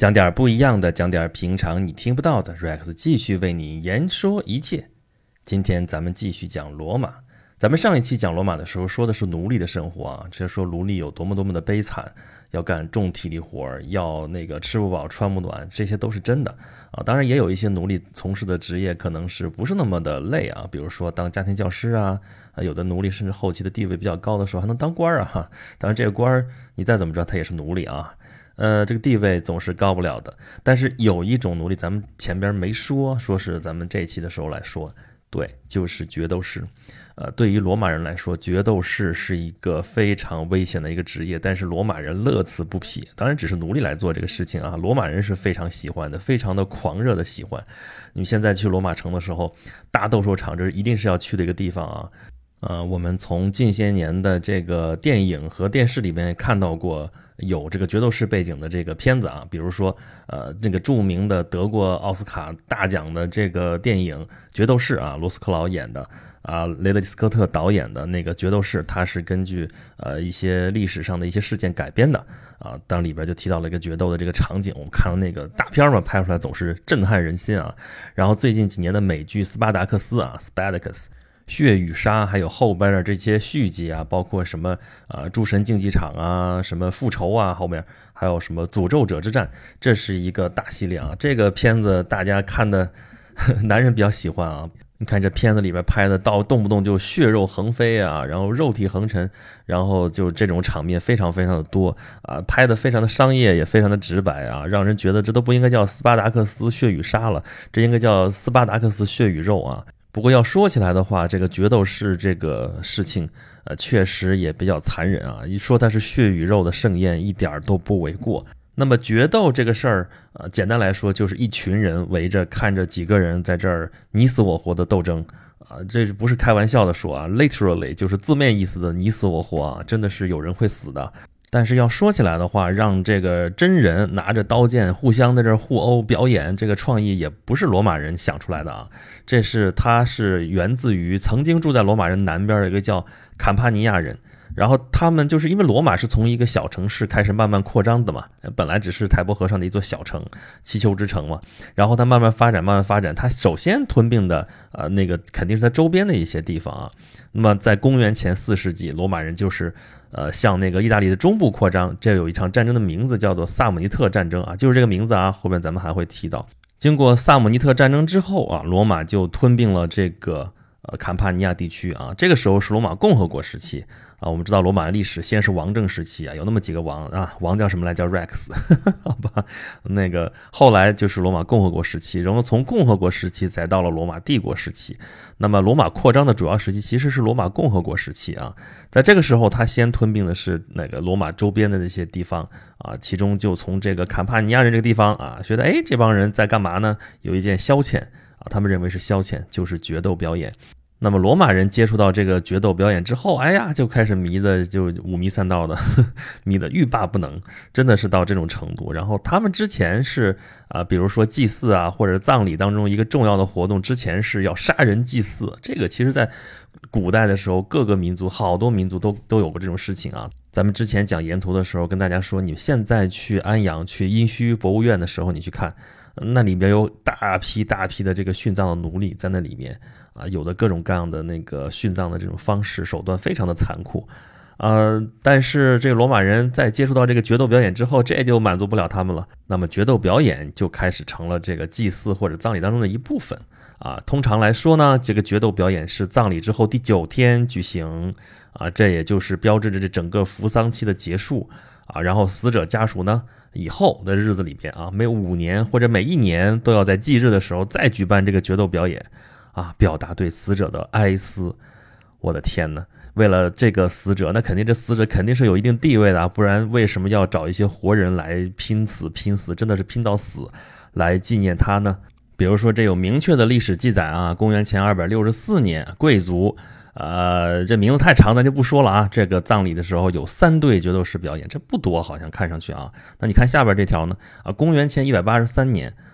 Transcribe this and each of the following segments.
讲点不一样的，讲点平常你听不到的。Rex 继续为你言说一切。今天咱们继续讲罗马。咱们上一期讲罗马的时候说的是奴隶的生活啊，这说奴隶有多么的悲惨，要干重体力活，要吃不饱穿不暖，这些都是真的啊。当然也有一些奴隶从事的职业可能是不是那么的累啊，比如说当家庭教师啊，有的奴隶甚至后期的地位比较高的时候还能当官啊哈。当然这个官你再怎么着他也是奴隶啊。这个地位总是高不了的，但是有一种奴隶咱们前边没说是咱们这一期的时候来说，对，就是角斗士。对于罗马人来说，角斗士是一个非常危险的一个职业，但是罗马人乐此不疲。当然只是奴隶来做这个事情啊，罗马人是非常喜欢的，非常的狂热的喜欢。你现在去罗马城的时候，大斗兽场这一定是要去的一个地方啊。我们从近些年的这个电影和电视里面看到过有这个角斗士背景的这个片子啊，比如说这个著名的得过奥斯卡大奖的这个电影《角斗士》啊，罗斯克劳演的啊，雷德利·斯科特导演的那个《角斗士》，它是根据一些历史上的一些事件改编的啊，当里边就提到了一个决斗的这个场景，我们看到那个大片嘛，拍出来总是震撼人心啊。然后最近几年的美剧《斯巴达克斯》啊，《Spartacus》。血与杀，还有后边的这些续集啊，包括什么诸神竞技场啊，什么复仇啊，后面还有什么诅咒者之战，这是一个大系列啊。这个片子大家看的男人比较喜欢啊，你看这片子里边拍的到动不动就血肉横飞啊，然后肉体横陈，然后就这种场面非常的多啊，拍的非常的商业，也非常的直白啊，让人觉得这都不应该叫斯巴达克斯血与杀了，这应该叫斯巴达克斯血与肉啊。不过要说起来的话，这个角斗士这个事情确实也比较残忍啊，一说它是血与肉的盛宴一点都不为过。那么决斗这个事儿简单来说就是一群人围着看着几个人在这儿你死我活的斗争啊，这不是开玩笑的说啊 literally 就是字面意思的你死我活啊，真的是有人会死的。但是要说起来的话，让这个真人拿着刀剑互相在这互殴表演，这个创意也不是罗马人想出来的啊，它是源自于曾经住在罗马人南边的一个叫坎帕尼亚人。然后他们就是因为罗马是从一个小城市开始慢慢扩张的嘛，本来只是台伯河上的一座小城，祈求之城嘛，然后它慢慢发展，它首先吞并的肯定是它周边的一些地方啊。那么在公元前4世纪，罗马人就是向那个意大利的中部扩张，这有一场战争的名字叫做萨姆尼特战争啊，就是这个名字啊，后面咱们还会提到。经过萨姆尼特战争之后啊，罗马就吞并了这个坎帕尼亚地区啊，这个时候是罗马共和国时期啊。我们知道罗马历史先是王政时期啊，有那么几个王啊，王叫什么来？叫 Rex 好吧，后来就是罗马共和国时期，然后从共和国时期再到了罗马帝国时期。那么罗马扩张的主要时期其实是罗马共和国时期啊，在这个时候他先吞并的是罗马周边的这些地方啊，其中就从这个坎帕尼亚人这个地方啊，觉得这帮人在干嘛呢？有一件消遣啊，他们认为是消遣，就是决斗表演。那么罗马人接触到这个决斗表演之后，就开始迷的就五迷三道的迷的欲罢不能，真的是到这种程度。然后他们之前是比如说祭祀啊，或者葬礼当中一个重要的活动之前是要杀人祭祀，这个其实在古代的时候各个民族好多民族都有过这种事情啊。咱们之前讲沿途的时候跟大家说，你现在去安阳去殷墟博物院的时候，你去看那里边有大批的这个殉葬的奴隶在那里面啊，有的各种各样的殉葬的这种方式手段非常的残酷但是这个罗马人在接触到这个决斗表演之后，这就满足不了他们了。那么决斗表演就开始成了这个祭祀或者葬礼当中的一部分啊。通常来说呢，这个决斗表演是葬礼之后第9天举行啊，这也就是标志着这整个服丧期的结束啊。然后死者家属呢，以后的日子里边啊，每5年或者每1年都要在忌日的时候再举办这个决斗表演啊，表达对死者的哀思。我的天哪！为了这个死者，那肯定这死者肯定是有一定地位的啊，不然为什么要找一些活人来拼死，真的是拼到死来纪念他呢？比如说这有明确的历史记载啊，公元前264年，贵族这名字太长咱就不说了啊。这个葬礼的时候有3对决斗士表演，这不多，好像看上去啊。那你看下边这条呢公元前183年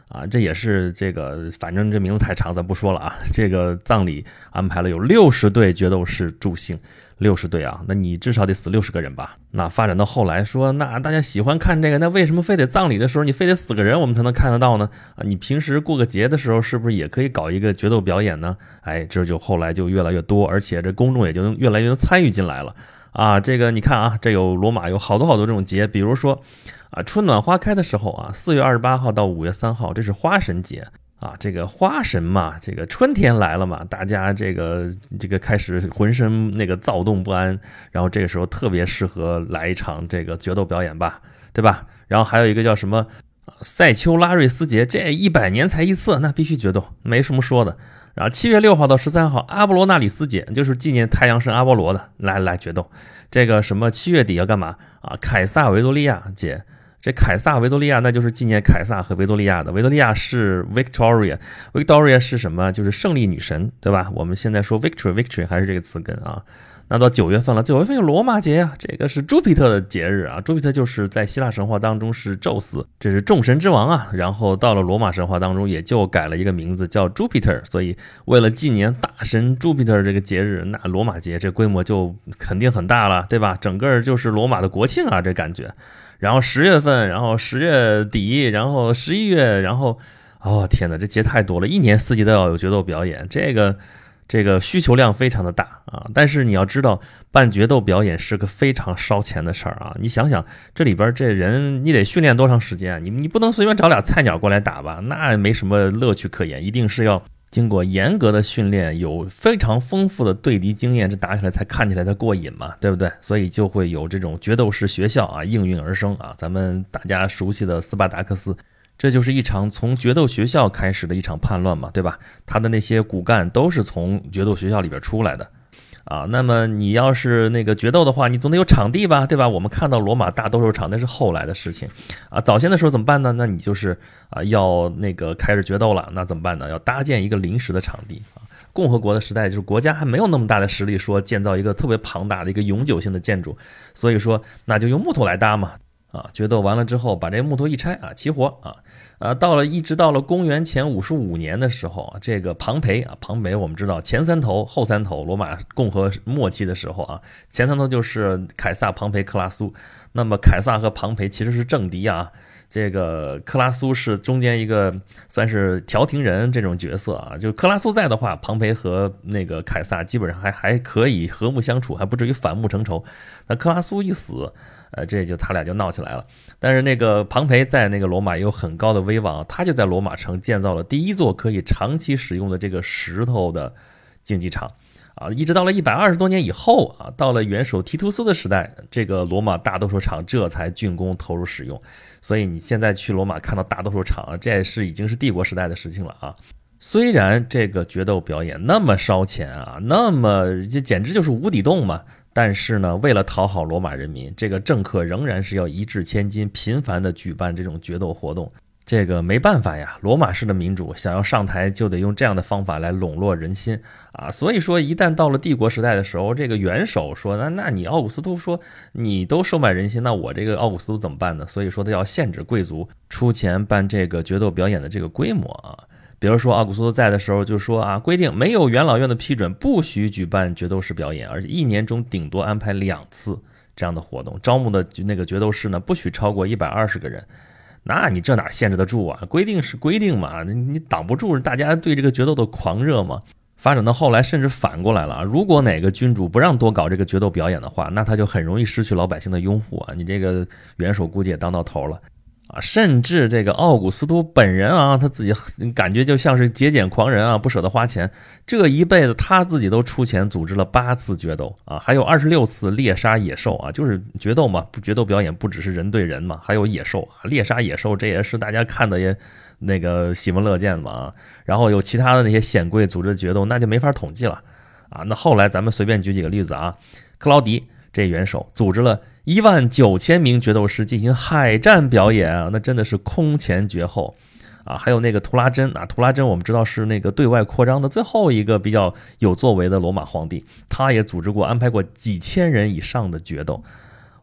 啊，这也是这个，反正这名字太长，咱不说了啊。这个葬礼安排了有60对决斗士助兴，60对啊，那你至少得死60个人吧？那发展到后来说，那大家喜欢看这个，那为什么非得葬礼的时候你非得死个人我们才能看得到呢？啊，你平时过个节的时候是不是也可以搞一个决斗表演呢？哎，这就后来就越来越多，而且这公众也就越来越能参与进来了。啊，这个你看啊，这有罗马有好多这种节，比如说啊，春暖花开的时候啊，4月28号到5月3号，这是花神节啊。这个花神嘛，这个春天来了嘛，大家这个开始浑身那个躁动不安，然后这个时候特别适合来一场这个决斗表演吧，对吧？然后还有一个叫什么塞丘拉瑞斯节，这100年才一次，那必须决斗，没什么说的。然后7月6号到13号，阿波罗纳里斯节，就是纪念太阳神阿波罗的，来决斗。这个什么7月底要干嘛啊？凯撒维多利亚节，这凯撒维多利亚那就是纪念凯撒和维多利亚的。维多利亚是 Victoria 是什么？就是胜利女神，对吧？我们现在说 victory 还是这个词根啊。那到9月份了，9月份有罗马节啊，这个是朱庇特的节日啊。朱庇特就是在希腊神话当中是宙斯，这是众神之王啊。然后到了罗马神话当中，也就改了一个名字叫朱庇特。所以为了纪念大神朱庇特这个节日，那罗马节这规模就肯定很大了，对吧？整个就是罗马的国庆啊，这感觉。然后10月份，然后10月底，然后11月，然后天哪，这节太多了，一年四季都要有决斗表演，这个需求量非常的大啊，但是你要知道，办决斗表演是个非常烧钱的事儿啊。你想想，这里边这人你得训练多长时间？你不能随便找俩菜鸟过来打吧？那没什么乐趣可言，一定是要经过严格的训练，有非常丰富的对敌经验，这打起来才看起来才过瘾嘛，对不对？所以就会有这种决斗士学校啊应运而生啊。咱们大家熟悉的斯巴达克斯。这就是一场从决斗学校开始的一场叛乱嘛，对吧？他的那些骨干都是从决斗学校里边出来的啊。那么你要是那个决斗的话，你总得有场地吧，对吧？我们看到罗马大斗兽场那是后来的事情啊。早先的时候怎么办呢？那你就是要那个开始决斗了，那怎么办呢？要搭建一个临时的场地啊。共和国的时代就是国家还没有那么大的实力说建造一个特别庞大的一个永久性的建筑，所以说那就用木头来搭嘛。啊，决斗完了之后，把这木头一拆啊，起火啊，一直到了公元前55年的时候啊，这个庞培我们知道前3头后3头，罗马共和末期的时候啊，前3头就是凯撒、庞培、克拉苏。那么凯撒和庞培其实是政敌啊，这个克拉苏是中间一个算是调停人这种角色啊，就克拉苏在的话，庞培和那个凯撒基本上还可以和睦相处，还不至于反目成仇。那克拉苏一死，这就他俩就闹起来了。但是那个庞培在那个罗马也有很高的威望，他就在罗马城建造了第一座可以长期使用的这个石头的竞技场啊，一直到了120多年以后啊，到了元首提图斯的时代，这个罗马大斗兽场这才竣工投入使用。所以你现在去罗马看到大斗兽场，这已经是帝国时代的事情了啊。虽然这个决斗表演那么烧钱啊，那么这简直就是无底洞嘛，但是呢，为了讨好罗马人民，这个政客仍然是要一掷千金，频繁的举办这种决斗活动。这个没办法呀，罗马式的民主想要上台，就得用这样的方法来笼络人心啊。所以说，一旦到了帝国时代的时候，这个元首说，那你奥古斯都说你都收买人心，那我这个奥古斯都怎么办呢？所以说他要限制贵族出钱办这个决斗表演的这个规模啊。比如说奥古斯都在的时候就说啊，规定没有元老院的批准不许举办决斗士表演，而且1年中顶多安排2次这样的活动，招募的那个决斗士呢不许超过120个人。那你这哪限制得住啊？规定是规定嘛，你挡不住大家对这个决斗的狂热嘛。发展到后来甚至反过来了，如果哪个君主不让多搞这个决斗表演的话，那他就很容易失去老百姓的拥护啊，你这个元首估计也当到头了啊。甚至这个奥古斯都本人啊，他自己感觉就像是节俭狂人啊，不舍得花钱，这一辈子他自己都出钱组织了8次决斗啊，还有26次猎杀野兽啊，就是决斗嘛，决斗表演不只是人对人嘛，还有野兽啊，猎杀野兽这也是大家看的也那个喜闻乐见嘛啊。然后有其他的那些显贵组织的决斗，那就没法统计了啊。那后来咱们随便举几个例子啊，克劳迪这元首组织了19000名决斗师进行海战表演啊，那真的是空前绝后啊。还有那个图拉真啊，图拉真我们知道是那个对外扩张的最后一个比较有作为的罗马皇帝，他也组织过安排过几千人以上的决斗。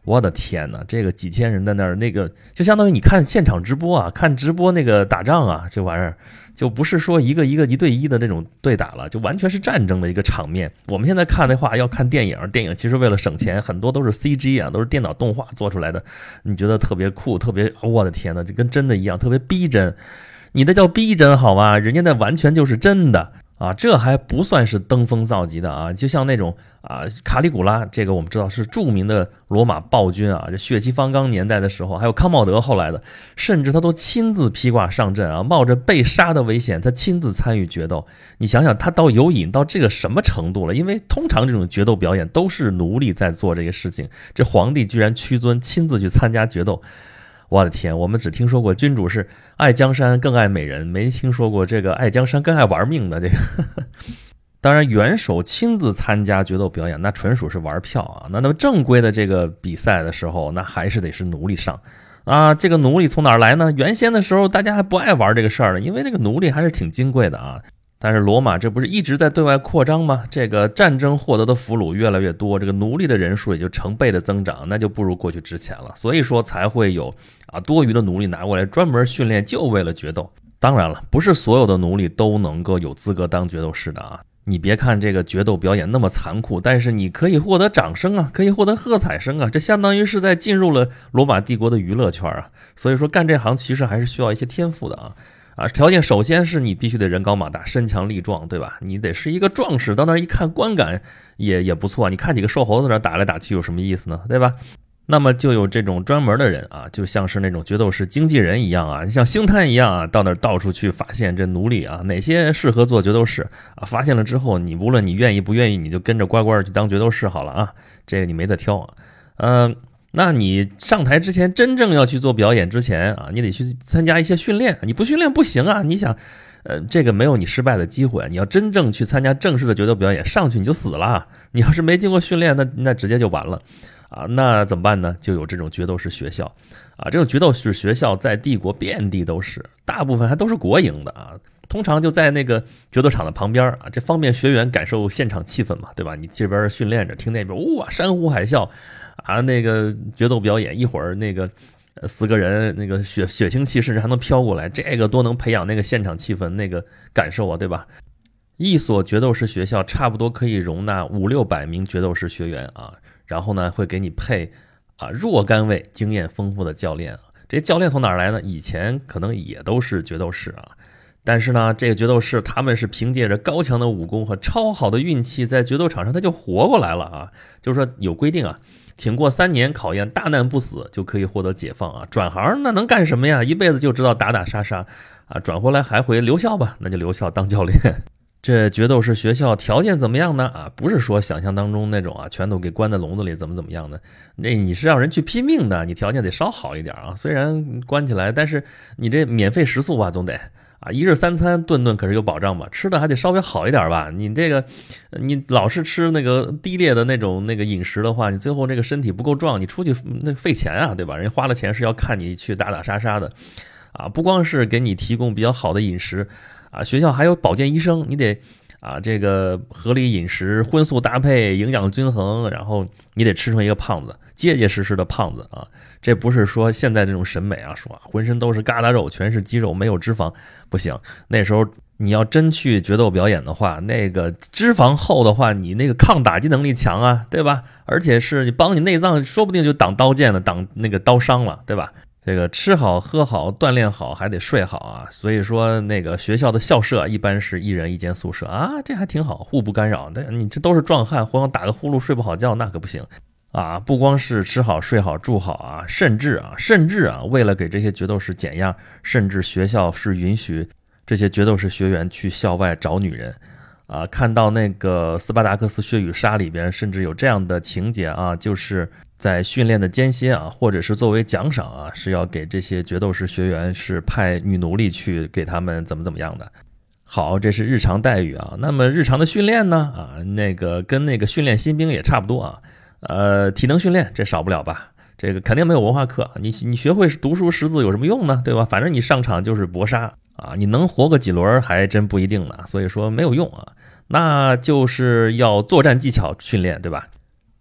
我的天哪，这个几千人在那儿，那个就相当于你看现场直播啊，看直播那个打仗啊，这玩意儿就不是说一个一对一的那种对打了，就完全是战争的一个场面。我们现在看的话，要看电影，电影其实为了省钱，很多都是 CG 啊，都是电脑动画做出来的，你觉得特别酷，特别，我的天哪，就跟真的一样，特别逼真。你的叫逼真好吗？人家那完全就是真的。啊，这还不算是登峰造极的啊，就像那种卡里古拉，这个我们知道是著名的罗马暴君啊，这血气方刚年代的时候，还有康茂德后来的，甚至他都亲自披挂上阵啊，冒着被杀的危险，他亲自参与决斗。你想想，他到有瘾到这个什么程度了？因为通常这种决斗表演都是奴隶在做这个事情，这皇帝居然屈尊亲自去参加决斗。我的天，我们只听说过君主是爱江山更爱美人，没听说过这个爱江山更爱玩命的这个。当然，元首亲自参加决斗表演，那纯属是玩票啊。那么正规的这个比赛的时候，那还是得是奴隶上啊。这个奴隶从哪儿来呢？原先的时候大家还不爱玩这个事儿呢，因为这个奴隶还是挺金贵的啊。但是罗马这不是一直在对外扩张吗？这个战争获得的俘虏越来越多，这个奴隶的人数也就成倍的增长，那就不如过去值钱了。所以说才会有多余的奴隶拿过来专门训练，就为了决斗。当然了，不是所有的奴隶都能够有资格当决斗士的啊。你别看这个决斗表演那么残酷，但是你可以获得掌声啊，可以获得喝彩声啊，这相当于是在进入了罗马帝国的娱乐圈啊。所以说干这行其实还是需要一些天赋的啊，条件首先是你必须得人高马大，身强力壮，对吧？你得是一个壮士，到那儿一看观感也不错。你看几个瘦猴子那打来打去有什么意思呢？对吧？那么就有这种专门的人啊，就像是那种决斗士经纪人一样啊，你像星探一样啊，到那儿到处去发现这奴隶啊，哪些适合做决斗士啊？发现了之后，你无论你愿意不愿意，你就跟着乖乖去当决斗士好了啊，这个你没得挑啊。那你上台之前，真正要去做表演之前啊，你得去参加一些训练，你不训练不行啊。你想，这个没有你失败的机会。你要真正去参加正式的决斗表演，上去你就死了。你要是没经过训练，那直接就完了啊。那怎么办呢？就有这种决斗士学校啊，这种决斗士学校在帝国遍地都是，大部分还都是国营的啊。通常就在那个决斗场的旁边啊，这方便学员感受现场气氛嘛，对吧？你这边训练着，听那边哇山呼海啸啊，那个决斗表演，一会儿那个4个人那个血腥气甚至还能飘过来，这个多能培养那个现场气氛那个感受啊，对吧？一所决斗士学校差不多可以容纳500-600名决斗士学员啊，然后呢会给你配若干位经验丰富的教练啊。这些教练从哪儿来呢？以前可能也都是决斗士啊。但是呢，这个决斗士他们是凭借着高强的武功和超好的运气，在决斗场上他就活过来了啊！就是说有规定啊，挺过3年考验，大难不死就可以获得解放啊。转行那能干什么呀？一辈子就知道打打杀杀啊，转回来还回留校吧，那就留校当教练。这决斗士学校条件怎么样呢？啊，不是说想象当中那种全都给关在笼子里怎么样的。那你是让人去拼命的，你条件得稍好一点啊。虽然关起来，但是你这免费食宿吧，总得。1日3餐顿顿可是有保障吧，吃的还得稍微好一点吧。你这个，你老是吃那个低劣的那个饮食的话，你最后这个身体不够壮，你出去那费钱啊，对吧？人家花了钱是要看你去打打杀杀的，不光是给你提供比较好的饮食学校还有保健医生，你得这个合理饮食，荤素搭配，营养均衡，然后你得吃成一个胖子，结结实实的胖子啊。这不是说现在这种审美说浑身都是疙瘩肉，全是肌肉，没有脂肪，不行。那时候你要真去决斗表演的话，那个脂肪厚的话，你那个抗打击能力强啊，对吧？而且是你帮你内脏，说不定就挡刀剑了，挡那个刀伤了，对吧？这个吃好喝好锻炼好还得睡好啊，所以说那个学校的校舍一般是1人1间宿舍这还挺好，互不干扰。但你这都是壮汉，互相打个呼噜睡不好觉那可不行不光是吃好睡好住好甚至为了给这些决斗士减压，甚至学校是允许这些决斗士学员去校外找女人看到那个斯巴达克斯血与杀里边甚至有这样的情节就是在训练的间歇或者是作为奖赏是要给这些决斗士学员是派女奴隶去给他们怎么样的。好，这是日常待遇那么日常的训练呢那个跟那个训练新兵也差不多体能训练这少不了吧，这个肯定没有文化课，你学会读书识字有什么用呢，对吧？反正你上场就是搏杀你能活个几轮还真不一定呢，所以说没有用那就是要作战技巧训练，对吧？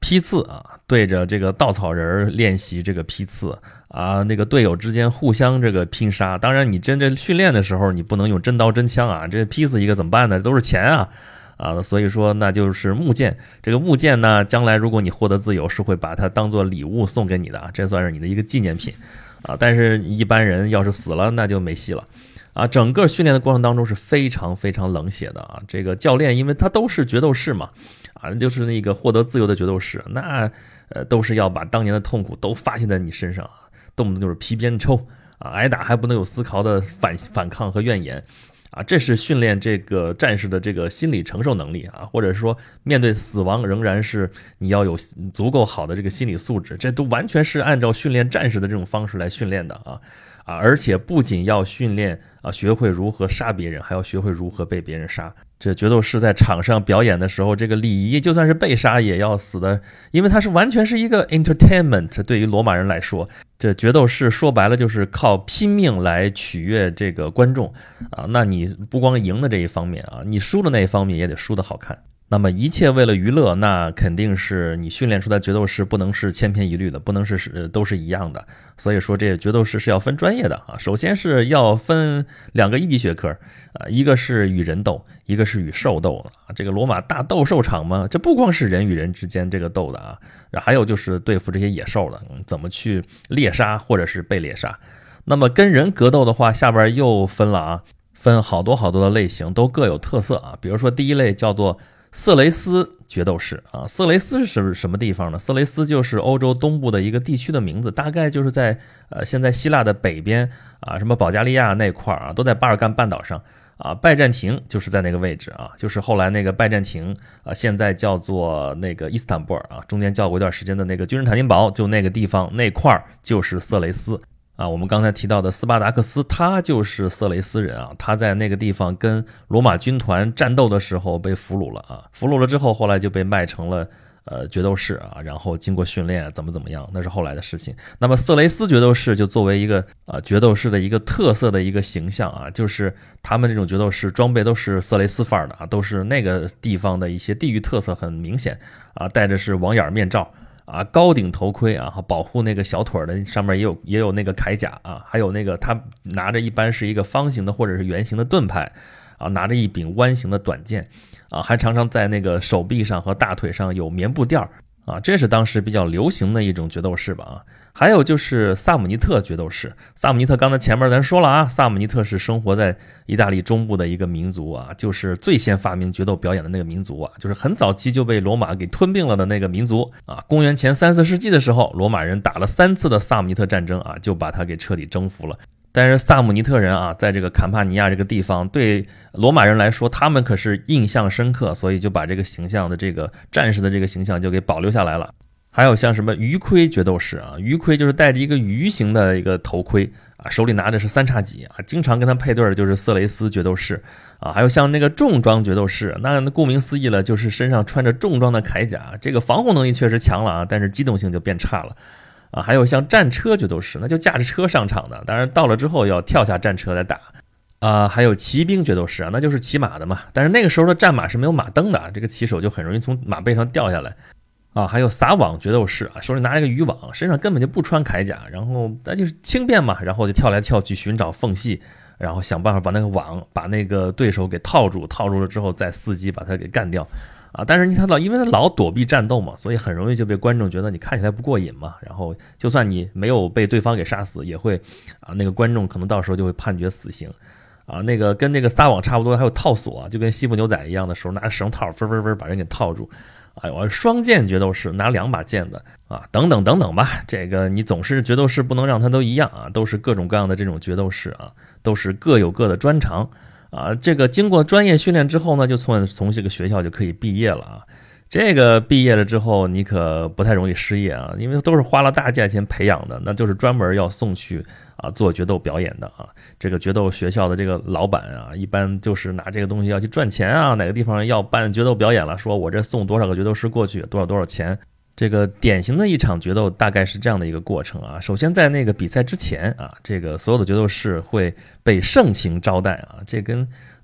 批次啊，对着这个稻草人练习这个批次啊，那个队友之间互相这个拼杀。当然，你真正训练的时候，你不能用真刀真枪啊，这批次一个怎么办呢？都是钱啊，所以说那就是木剑。这个木剑呢，将来如果你获得自由，是会把它当做礼物送给你的啊，这算是你的一个纪念品啊。但是一般人要是死了，那就没戏了。整个训练的过程当中是非常非常冷血的啊！这个教练，因为他都是决斗士嘛，就是那个获得自由的决斗士，那都是要把当年的痛苦都发泄在你身上啊，动不动就是皮鞭抽啊，挨打还不能有丝毫的反抗和怨言啊，这是训练这个战士的这个心理承受能力啊，或者说面对死亡仍然是你要有足够好的这个心理素质，这都完全是按照训练战士的这种方式来训练的啊，而且不仅要训练学会如何杀别人，还要学会如何被别人杀。这决斗士在场上表演的时候，这个礼仪就算是被杀也要死的，因为它是完全是一个 entertainment。对于罗马人来说，这决斗士说白了就是靠拼命来取悦这个观众啊。那你不光赢的这一方面啊，你输的那一方面也得输得好看。那么一切为了娱乐，那肯定是你训练出来决斗士不能是千篇一律的，不能是都是一样的。所以说这决斗士是要分专业的啊。首先是要分2个一级学科一个是与人斗，一个是与兽斗这个罗马大斗兽场嘛，这不光是人与人之间这个斗的啊，还有就是对付这些野兽的，怎么去猎杀或者是被猎杀。那么跟人格斗的话，下边又分了分好多好多的类型，都各有特色啊。比如说第一类叫做色雷斯决斗士色雷斯是什么地方呢？色雷斯就是欧洲东部的一个地区的名字，大概就是在现在希腊的北边什么保加利亚那块都在巴尔干半岛上拜占庭就是在那个位置就是后来那个拜占庭现在叫做那个伊斯坦布尔中间叫过一段时间的那个君士坦丁堡，就那个地方那块就是色雷斯。我们刚才提到的斯巴达克斯，他就是色雷斯人他在那个地方跟罗马军团战斗的时候被俘虏了俘虏了之后，后来就被卖成了决斗士然后经过训练怎么样，那是后来的事情。那么色雷斯决斗士就作为一个决斗士的一个特色的一个形象就是他们这种决斗士装备都是色雷斯范儿的都是那个地方的一些地域特色很明显戴着是网眼面罩高顶头盔保护那个小腿的上面也有那个铠甲还有那个他拿着一般是一个方形的或者是圆形的盾牌拿着一柄弯形的短剑还常常在那个手臂上和大腿上有棉布垫这是当时比较流行的一种决斗士吧还有就是萨姆尼特决斗士。萨姆尼特刚才前面咱说了萨姆尼特是生活在意大利中部的一个民族就是最先发明决斗表演的那个民族就是很早期就被罗马给吞并了的那个民族公元前3、4世纪的时候，罗马人打了3次的萨姆尼特战争就把他给彻底征服了。但是萨姆尼特人在这个坎帕尼亚这个地方，对罗马人来说，他们可是印象深刻，所以就把这个形象的这个战士的这个形象就给保留下来了。还有像什么鱼盔决斗士鱼盔就是戴着一个鱼形的一个头盔手里拿着是3叉戟经常跟他配对的就是色雷斯决斗士还有像那个重装决斗士，那顾名思义了，就是身上穿着重装的铠甲，这个防护能力确实强了但是机动性就变差了还有像战车决斗士，那就驾着车上场的，当然到了之后要跳下战车来打还有骑兵决斗士那就是骑马的嘛，但是那个时候的战马是没有马蹬的这个骑手就很容易从马背上掉下来还有撒网决斗士手里拿一个渔网，身上根本就不穿铠甲，然后那就是轻便嘛，然后就跳来跳去寻找缝隙，然后想办法把那个网把那个对手给套住了之后再伺机把他给干掉但是因为他老躲避战斗嘛，所以很容易就被观众觉得你看起来不过瘾嘛，然后就算你没有被对方给杀死，也会那个观众可能到时候就会判决死刑那个跟那个撒网差不多，还有套索就跟西部牛仔一样的时候，拿着绳套分把人给套住我双剑决斗士拿2把剑的等等等等吧，这个你总是决斗士不能让他都一样都是各种各样的这种决斗士都是各有各的专长这个经过专业训练之后呢，就从这个学校就可以毕业了这个毕业了之后，你可不太容易失业因为都是花了大价钱培养的，那就是专门要送去做决斗表演的这个决斗学校的这个老板一般就是拿这个东西要去赚钱哪个地方要办决斗表演了，说我这送多少个决斗师过去，多少钱。这个典型的一场决斗大概是这样的一个过程首先在那个比赛之前这个所有的决斗士会被盛情招待这跟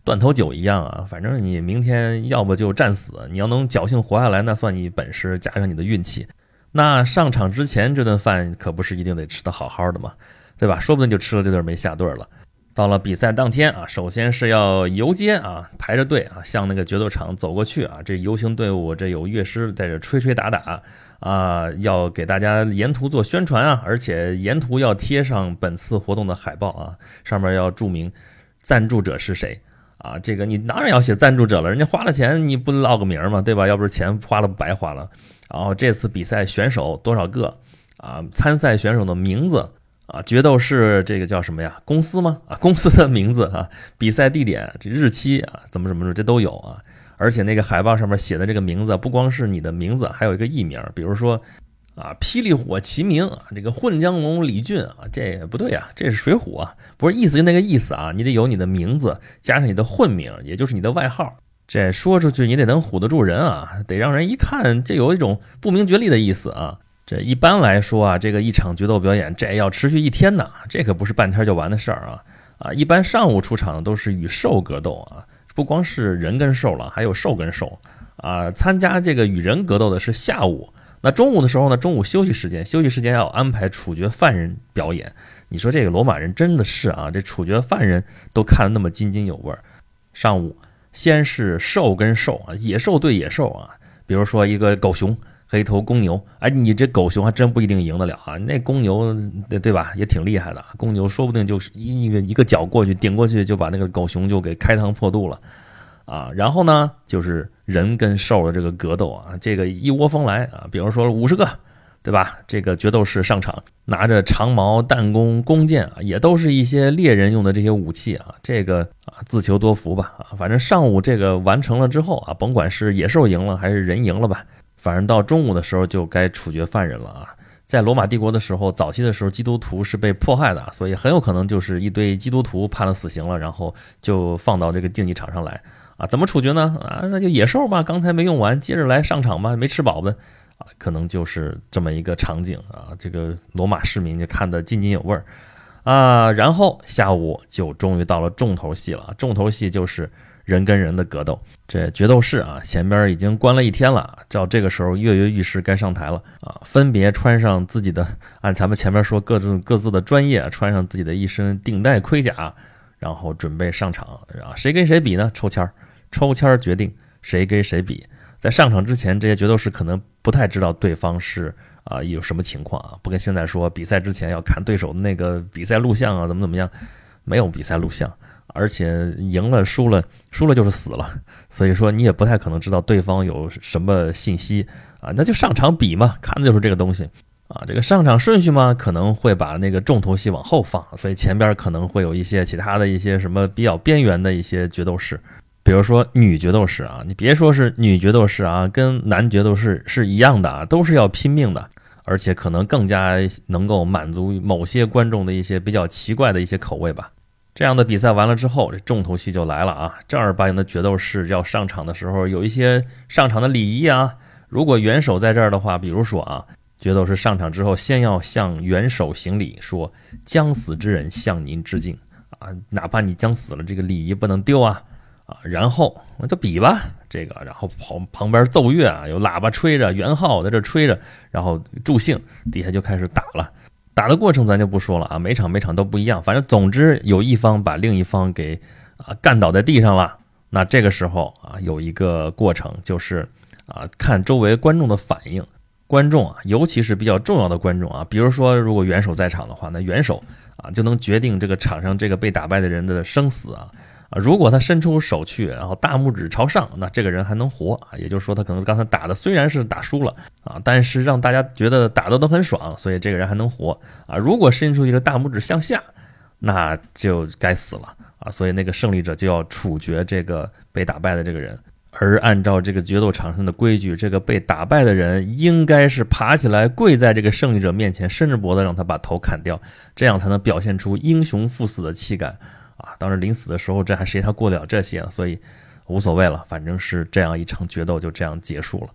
断头酒一样啊，反正你明天要不就战死，你要能侥幸活下来，那算你本事加上你的运气。那上场之前这顿饭可不是一定得吃得好好的嘛，对吧？说不定就吃了这顿没下顿了。到了比赛当天啊，首先是要游街啊，排着队啊，向那个决斗场走过去啊。这游行队伍这有乐师在这吹吹打打啊，要给大家沿途做宣传啊，而且沿途要贴上本次活动的海报啊，上面要注明赞助者是谁啊。这个你当然要写赞助者了，人家花了钱，你不落个名嘛，对吧？要不是钱花了白花了。然后这次比赛选手多少个啊？参赛选手的名字。啊，决斗士这个叫什么呀？公司吗？啊，公司的名字啊，比赛地点、这日期啊，怎么这都有啊。而且那个海报上面写的这个名字，不光是你的名字，还有一个艺名，比如说啊，霹雳火齐鸣啊，这个混江龙李俊啊，这不对啊，这是水浒啊，不是意思就那个意思啊，你得有你的名字加上你的混名，也就是你的外号。这说出去你得能唬得住人啊，得让人一看这有一种不明觉厉的意思啊。这一般来说啊，这个一场决斗表演，这要持续1天呢，这可不是半天就完的事儿啊！一般上午出场的都是与兽格斗啊，不光是人跟兽了，还有兽跟兽啊。参加这个与人格斗的是下午，那中午的时候呢，中午休息时间要安排处决犯人表演。你说这个罗马人真的是啊，这处决犯人都看得那么津津有味。上午先是兽跟兽啊，野兽对野兽啊，比如说一个狗熊。黑头公牛，哎，你这狗熊还真不一定赢得了啊！那公牛，对吧？也挺厉害的，公牛说不定就是一个脚过去顶过去，就把那个狗熊就给开膛破肚了啊！然后呢，就是人跟兽的这个格斗啊，这个一窝蜂来啊，比如说50个，对吧？这个决斗士上场，拿着长矛、弹弓、弓箭啊，也都是一些猎人用的这些武器啊，这个啊自求多福吧啊！反正上午这个完成了之后啊，甭管是野兽赢了还是人赢了吧。反正到中午的时候就该处决犯人了啊！在罗马帝国的时候，早期的时候基督徒是被迫害的，所以很有可能就是一堆基督徒判了死刑了，然后就放到这个竞技场上来啊！怎么处决呢？啊，那就野兽吧，刚才没用完，接着来上场吧，没吃饱的啊，可能就是这么一个场景啊！这个罗马市民就看得津津有味啊！然后下午就终于到了重头戏了，重头戏就是人跟人的格斗。这决斗士啊，前边已经关了1天了，照这个时候跃跃欲试该上台了啊！分别穿上自己的，按咱们前面说各自的专业，穿上自己的一身顶戴盔甲，然后准备上场啊！谁跟谁比呢？抽签决定谁跟谁比。在上场之前，这些决斗士可能不太知道对方是有什么情况啊，不跟现在说比赛之前要看对手的那个比赛录像啊，怎么样，没有比赛录像。而且赢了输了就是死了，所以说你也不太可能知道对方有什么信息啊，那就上场比嘛，看的就是这个东西啊。这个上场顺序嘛，可能会把那个重头戏往后放，所以前边可能会有一些其他的一些什么比较边缘的一些决斗士，比如说女决斗士啊，你别说是女决斗士啊，跟男决斗士是一样的啊，都是要拼命的，而且可能更加能够满足某些观众的一些比较奇怪的一些口味吧。这样的比赛完了之后，这重头戏就来了啊！正儿八经的决斗士要上场的时候，有一些上场的礼仪啊。如果元首在这儿的话，比如说啊，决斗士上场之后，先要向元首行礼，说将死之人向您致敬啊，哪怕你将死了，这个礼仪不能丢啊！然后那就比吧，这个，然后旁边奏乐啊，有喇叭吹着，元号在这吹着，然后助兴，底下就开始打了。打的过程咱就不说了啊，每场都不一样，反正总之有一方把另一方给干倒在地上了。那这个时候啊，有一个过程就是看周围观众的反应。观众啊，尤其是比较重要的观众啊，比如说如果元首在场的话，那元首啊就能决定这个场上这个被打败的人的生死啊。如果他伸出手去，然后大拇指朝上，那这个人还能活啊，也就是说他可能刚才打的虽然是打输了啊，但是让大家觉得打的都很爽，所以这个人还能活啊。如果伸出一个大拇指向下，那就该死了啊，所以那个胜利者就要处决这个被打败的这个人。而按照这个决斗场上的规矩，这个被打败的人应该是爬起来跪在这个胜利者面前，伸着脖子让他把头砍掉，这样才能表现出英雄赴死的气概啊！当然临死的时候，这还谁还过得了这些呢？所以无所谓了，反正是这样一场决斗就这样结束了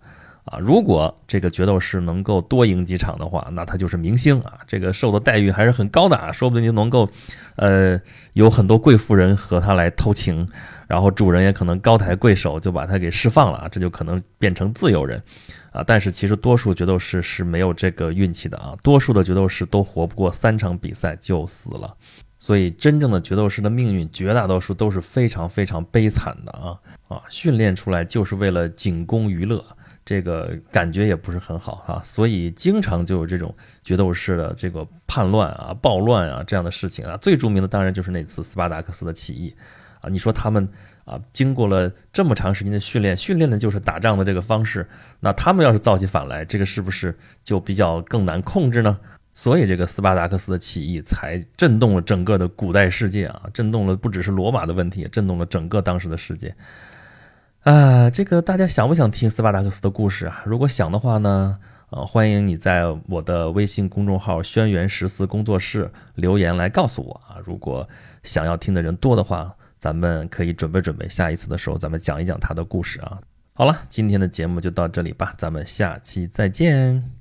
啊。如果这个决斗士能够多赢几场的话，那他就是明星啊，这个受的待遇还是很高的啊，说不定就能够有很多贵妇人和他来偷情，然后主人也可能高抬贵手就把他给释放了啊，这就可能变成自由人啊。但是其实多数决斗士是没有这个运气的啊，多数的决斗士都活不过3场比赛就死了。所以真正的决斗士的命运绝大多数都是非常非常悲惨的啊，训练出来就是为了仅供娱乐，这个感觉也不是很好啊，所以经常就有这种决斗士的这个叛乱啊、暴乱啊这样的事情啊。最著名的当然就是那次斯巴达克斯的起义啊，你说他们啊经过了这么长时间的训练的就是打仗的这个方式，那他们要是造起反来，这个是不是就比较更难控制呢？所以这个斯巴达克斯的起义才震动了整个的古代世界啊，震动了不只是罗马的问题，也震动了整个当时的世界啊。这个大家想不想听斯巴达克斯的故事啊？如果想的话呢，欢迎你在我的微信公众号轩辕十四工作室留言来告诉我啊。如果想要听的人多的话，咱们可以准备下一次的时候咱们讲一讲他的故事啊。好了，今天的节目就到这里吧，咱们下期再见。